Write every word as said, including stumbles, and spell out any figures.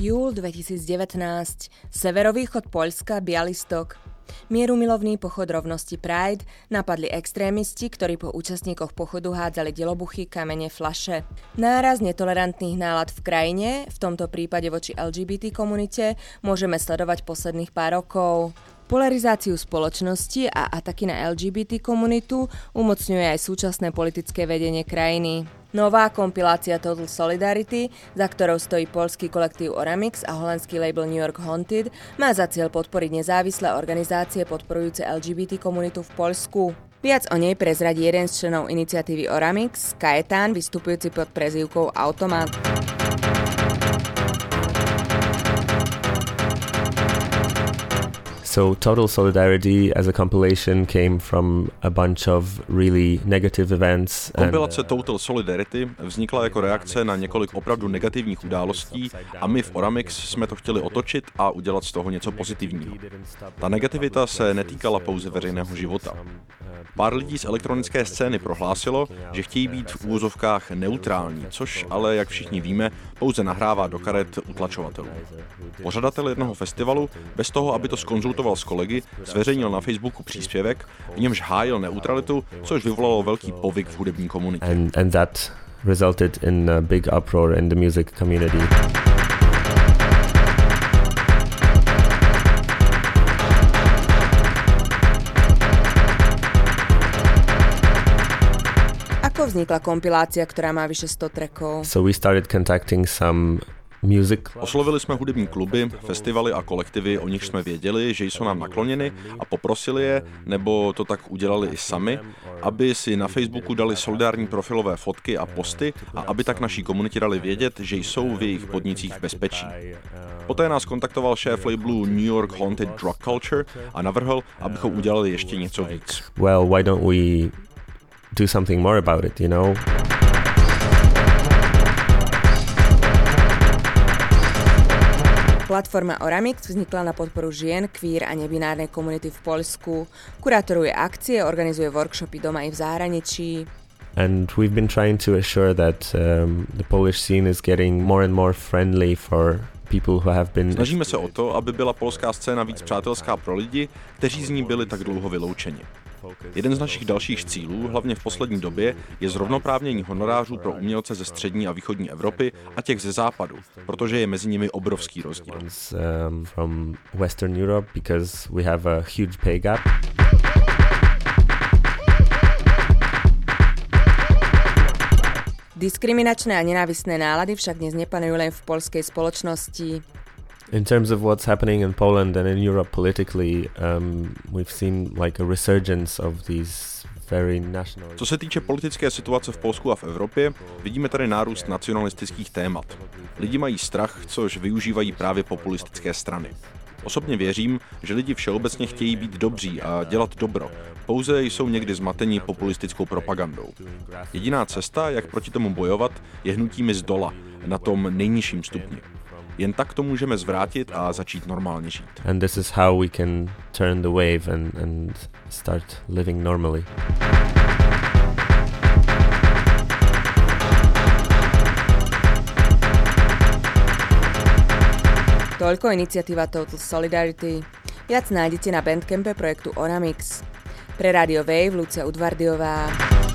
Júl dvetisícdevätnásť. Severovýchod Poľska, Białystok. Mierumilovný pochod rovnosti Pride napadli extrémisti, ktorí po účastníkoch pochodu hádzali delobuchy, kamene, fľaše. Náraz netolerantných nálad v krajine, v tomto prípade voči el gé bé té komunite, môžeme sledovať posledných pár rokov. Polarizáciu spoločnosti a ataky na el gé bé té komunitu umocňuje aj súčasné politické vedenie krajiny. Nová kompilácia Total Solidarity, za ktorou stojí poľský kolektív Oramix a holandský label New York Haunted, má za cieľ podporiť nezávislé organizácie podporujúce el gé bé té komunitu v Poľsku. Viac o nej prezradí jeden z členov iniciatívy Oramix, Kajetán, vystupujúci pod prezývkou Automat. So Total Solidarity as a compilation came from a bunch of really negative events. Kompilace Total Solidarity vznikla jako reakce na několik opravdu negativních událostí a my v Oramix jsme to chtěli otočit a udělat z toho něco pozitivního. Ta negativita se netýkala pouze veřejného života. Pár lidí z elektronické scény prohlásilo, že chtějí být v úvozovkách neutrální, což ale, jak všichni víme, pouze nahrává do karet utlačovatelů. Pořadatel jednoho festivalu, bez toho, aby to zkonzultoval s kolegy, zveřejnil na Facebooku příspěvek, v němž hájil neutralitu, což vyvolalo velký povyk v hudební komunitě. And, and that resulted in a big uproar in the music community. Ako vznikla kompilácia, ktorá má vyše sto trackov? So we started contacting some music. Oslovili jsme hudební kluby, festivaly a kolektivy, o nich jsme věděli, že jsou nám nakloněny a poprosili je, nebo to tak udělali i sami, aby si na Facebooku dali solidární profilové fotky a posty a aby tak naší komunitě dali vědět, že jsou v jejich podnicích v bezpečí. Poté nás kontaktoval šéf labelu New York Haunted Drug Culture a navrhl, abychom udělali ještě něco víc. Well, why don't we do something more about it, you know? Platforma Oramix vznikla na podporu žien, queer a nebinárnej komunity v Poľsku. Kurátoruje akcie, organizuje workshopy doma i v zahraničí. And we've been trying to assure that um, the Polish scene is getting more and more friendly for people who have been... Snažíme se o to, aby byla polská scéna víc přátelská pro lidi, kteří z ní byli tak dlouho vyloučeni. Jeden z našich dalších cílů, hlavně v poslední době, je zrovnoprávnění honorářů pro umělce ze střední a východní Evropy a těch ze západu, protože je mezi nimi obrovský rozdíl. Um, from Western Europe because we have a huge pay gap. Diskriminačné a nenávistné nálady však dnes nepanujú len v poľskej spoločnosti. In terms of what's happening in Poland and in Europe politically, um, we've seen like a resurgence of these very national... Co se týče politické situace v Polsku a v Evropě, vidíme tady nárůst nacionalistických témat. Lidi mají strach, což využívají právě populistické strany. Osobně věřím, že lidi všeobecně chtějí být dobří a dělat dobro. Pouze jsou někdy zmateni populistickou propagandou. Jediná cesta, jak proti tomu bojovat, je hnutími zdola, na tom nejnižším stupni. Jen tak to můžeme zvrátit a začít normálně žít. And this is how we can turn the wave and, and start living normally. Toľko iniciatíva Total Solidarity. Viac nájdete na bandcampe projektu Oramix. Pre Radio Wave Lucia Udvardiová.